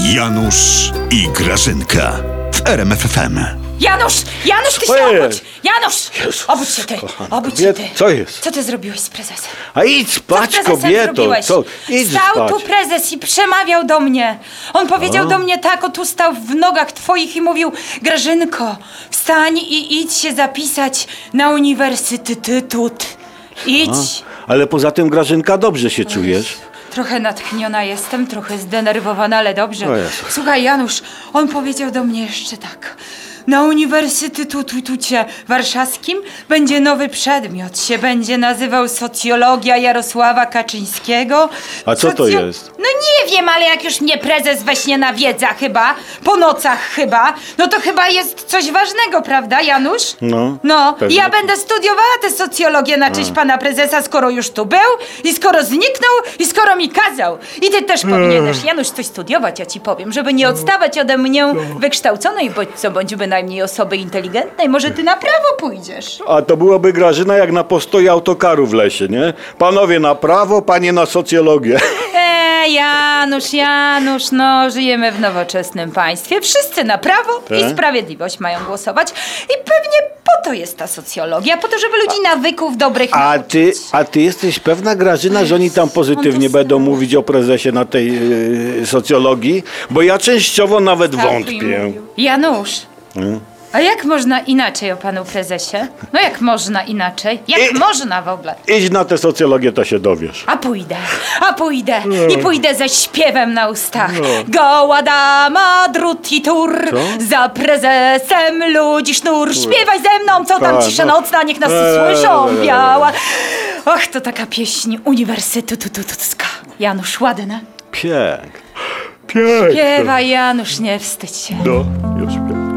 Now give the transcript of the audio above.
Janusz i Grażynka w RMF FM. Janusz, ty się Ojej. obudź! Janusz! Jezus, Obudź się ty, kochana obudź się ty. Co jest? Co ty zrobiłeś z prezesem? A idź Co z spać, prezesem kobieto! zrobiłeś? Co? Idź Stał spać. tu prezes i przemawiał do mnie. On powiedział do mnie tak, o tu stał w nogach twoich i mówił: Grażynko, wstań i idź się zapisać na uniwersytet. Idź. Ale poza tym, Grażynka, dobrze się czujesz? Trochę natchniona jestem, trochę zdenerwowana, ale dobrze. O Jezu. Słuchaj, Janusz, on powiedział do mnie jeszcze tak. Na Uniwersytecie Warszawskim będzie nowy przedmiot. Się będzie nazywał socjologia Jarosława Kaczyńskiego. A co to jest? No nie wiem, ale jak już mnie prezes weźmie na wiedza chyba, po nocach chyba, no to chyba jest coś ważnego, prawda, Janusz? No, i pewnie. ja będę studiowała tę socjologię na cześć pana prezesa, skoro już tu był i skoro zniknął i skoro mi kazał. I ty też powinieneś, Janusz, coś studiować, ja ci powiem, żeby nie odstawać ode mnie wykształconej, bądź co bądź bynajmniej osoby inteligentnej. Może ty na prawo pójdziesz. A to byłoby, Grażyna, jak na postoju autokaru w lesie, nie? Panowie na prawo, panie na socjologię. Janusz, no żyjemy w nowoczesnym państwie. Wszyscy na prawo i sprawiedliwość mają głosować. I pewnie po to jest ta socjologia, po to, żeby ludzi nawyków dobrych nauczyć. A ty jesteś pewna, Grażyna, że oni tam pozytywnie On to będą sam. mówić o prezesie na tej socjologii? Bo ja częściowo nawet Tak, wątpię. mówił. Janusz, a jak można inaczej o panu prezesie? No jak można inaczej? Jak można w ogóle? Idź na tę socjologię, to się dowiesz. A pójdę i pójdę ze śpiewem na ustach. Goła dama, drut i tur, za prezesem ludzi sznur. Śpiewaj ze mną, co tam cisza nocna, niech nas słyszą, biała. Och, to taka pieśń uniwersytecka. Janusz, ładna. Pięknie. Śpiewaj, Janusz, nie wstydź się. No, już wiem.